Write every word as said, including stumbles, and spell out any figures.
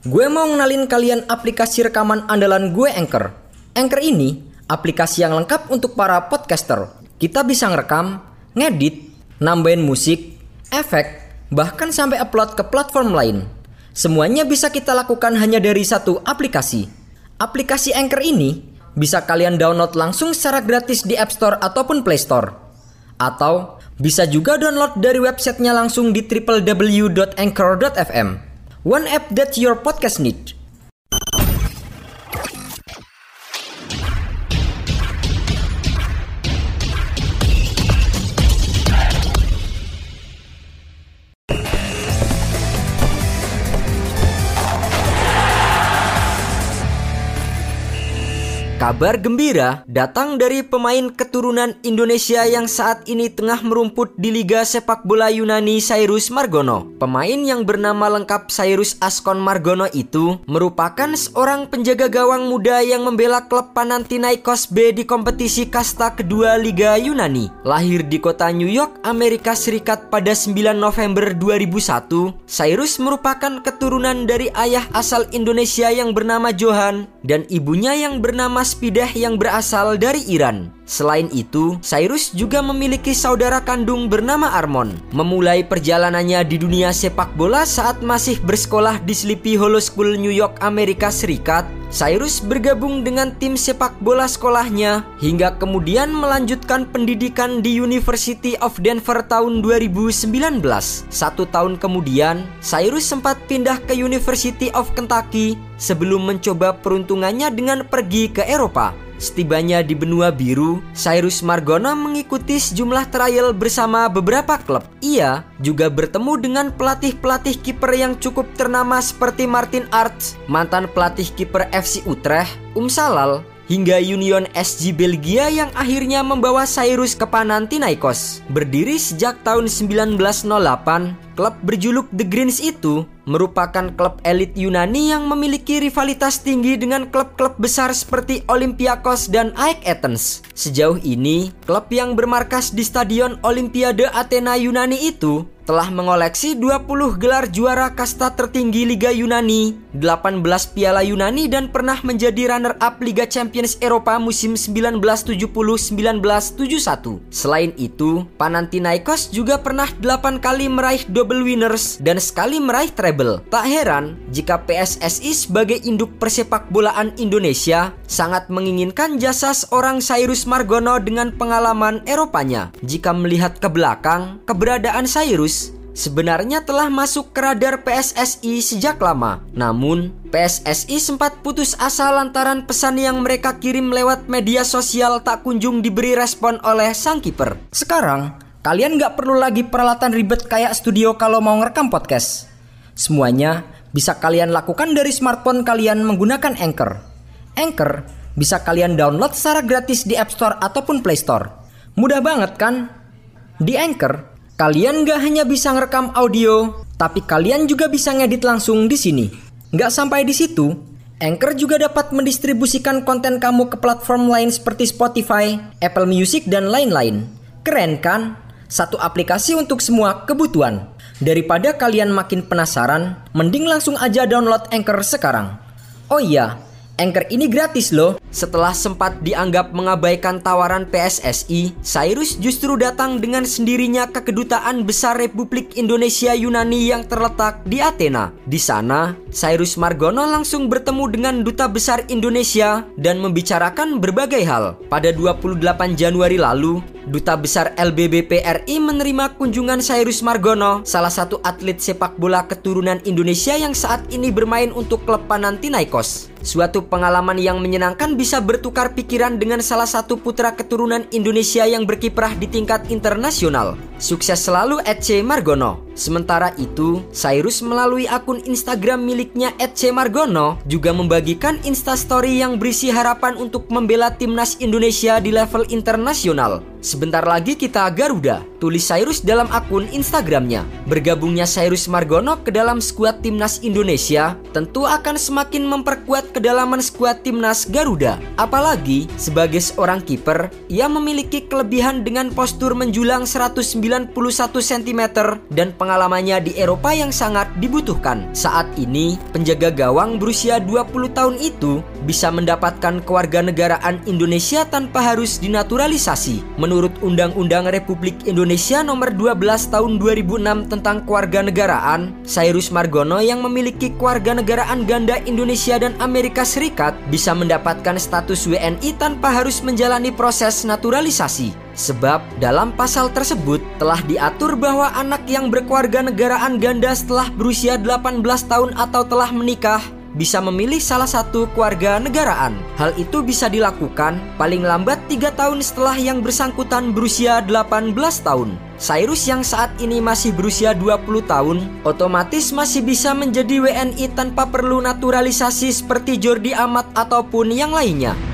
Gue mau ngenalin kalian aplikasi rekaman andalan gue, Anchor. Anchor ini aplikasi yang lengkap untuk para podcaster. Kita bisa ngerekam, ngedit, nambahin musik, efek, bahkan sampai upload ke platform lain. Semuanya bisa kita lakukan hanya dari satu aplikasi. Aplikasi Anchor ini bisa kalian download langsung secara gratis di App Store ataupun Play Store. Atau bisa juga download dari websitenya langsung di w w w dot anchor dot f m. One app that your podcast need. Kabar gembira datang dari pemain keturunan Indonesia yang saat ini tengah merumput di Liga Sepak Bola Yunani, Cyrus Margono. Pemain yang bernama lengkap Cyrus Askon Margono itu merupakan seorang penjaga gawang muda yang membela klub Panathinaikos B di kompetisi kasta kedua Liga Yunani. Lahir di kota New York, Amerika Serikat pada sembilan November dua ribu satu, Cyrus merupakan keturunan dari ayah asal Indonesia yang bernama Johan dan ibunya yang bernama Spidah yang berasal dari Iran. Selain itu, Cyrus juga memiliki saudara kandung bernama Armon. Memulai perjalanannya di dunia sepak bola saat masih bersekolah di Sleepy Hollow School, New York, Amerika Serikat. Cyrus bergabung dengan tim sepak bola sekolahnya hingga kemudian melanjutkan pendidikan di University of Denver tahun dua ribu sembilan belas. Satu tahun kemudian, Cyrus sempat pindah ke University of Kentucky sebelum mencoba peruntungannya dengan pergi ke Eropa. Setibanya di benua biru, Cyrus Margono mengikuti sejumlah trial bersama beberapa klub. Ia juga bertemu dengan pelatih-pelatih kiper yang cukup ternama seperti Martin Arts, mantan pelatih kiper F C Utrecht, Umsalal, hingga Union S G Belgia yang akhirnya membawa Cyrus ke Panathinaikos. Berdiri sejak tahun sembilan belas nol delapan, klub berjuluk The Greens itu merupakan klub elit Yunani yang memiliki rivalitas tinggi dengan klub-klub besar seperti Olympiakos dan A E K Athens. Sejauh ini, klub yang bermarkas di Stadion Olimpiade Athena Yunani itu telah mengoleksi dua puluh gelar juara kasta tertinggi Liga Yunani, delapan belas piala Yunani, dan pernah menjadi runner-up Liga Champions Eropa musim sembilan belas tujuh puluh sampai sembilan belas tujuh puluh satu. Selain itu, Panathinaikos juga pernah delapan kali meraih double winners dan sekali meraih treble. Tak heran jika P S S I sebagai induk persepak bolaan Indonesia sangat menginginkan jasa seorang Cyrus Margono dengan pengalaman Eropanya. Jika melihat ke belakang, keberadaan Cyrus sebenarnya telah masuk ke radar P S S I sejak lama. Namun, P S S I sempat putus asa lantaran pesan yang mereka kirim lewat media sosial tak kunjung diberi respon oleh sang kiper. Sekarang, kalian gak perlu lagi peralatan ribet kayak studio kalau mau ngerekam podcast. Semuanya bisa kalian lakukan dari smartphone kalian menggunakan Anchor. Anchor bisa kalian download secara gratis di App Store ataupun Play Store. Mudah banget kan? Di Anchor, kalian gak hanya bisa ngerekam audio, tapi kalian juga bisa ngedit langsung di sini. Gak sampai di situ, Anchor juga dapat mendistribusikan konten kamu ke platform lain seperti Spotify, Apple Music, dan lain-lain. Keren kan? Satu aplikasi untuk semua kebutuhan. Daripada kalian makin penasaran, mending langsung aja download Anchor sekarang. Oh iya, Anchor ini gratis loh. Setelah sempat dianggap mengabaikan tawaran P S S I, Cyrus justru datang dengan sendirinya ke Kedutaan Besar Republik Indonesia Yunani yang terletak di Athena. Di sana, Cyrus Margono langsung bertemu dengan Duta Besar Indonesia dan membicarakan berbagai hal. Pada dua puluh delapan Januari lalu, Duta Besar L B B P R I menerima kunjungan Cyrus Margono, salah satu atlet sepak bola keturunan Indonesia yang saat ini bermain untuk klub Panathinaikos. Suatu pengalaman yang menyenangkan bisa bertukar pikiran dengan salah satu putra keturunan Indonesia yang berkiprah di tingkat internasional. Sukses selalu at C Margono. Sementara itu, Cyrus melalui akun Instagram miliknya at C Margono juga membagikan instastory yang berisi harapan untuk membela timnas Indonesia di level internasional. Sebentar lagi kita Garuda, tulis Cyrus dalam akun Instagramnya. Bergabungnya Cyrus Margono ke dalam skuad timnas Indonesia tentu akan semakin memperkuat kedalaman skuad timnas Garuda. Apalagi sebagai seorang kiper, ia memiliki kelebihan dengan postur menjulang seratus sembilan sembilan puluh satu sentimeter dan pengalamannya di Eropa yang sangat dibutuhkan. Saat ini, penjaga gawang berusia dua puluh tahun itu bisa mendapatkan kewarganegaraan Indonesia tanpa harus dinaturalisasi. Menurut Undang-Undang Republik Indonesia Nomor dua belas Tahun dua ribu enam tentang kewarganegaraan, Cyrus Margono yang memiliki kewarganegaraan ganda Indonesia dan Amerika Serikat bisa mendapatkan status W N I tanpa harus menjalani proses naturalisasi. Sebab dalam pasal tersebut telah diatur bahwa anak yang berkewarganegaraan ganda setelah berusia delapan belas tahun atau telah menikah bisa memilih salah satu kewarganegaraan. Hal itu bisa dilakukan paling lambat tiga tahun setelah yang bersangkutan berusia delapan belas tahun. Cyrus yang saat ini masih berusia dua puluh tahun otomatis masih bisa menjadi W N I tanpa perlu naturalisasi seperti Jordi Amat ataupun yang lainnya.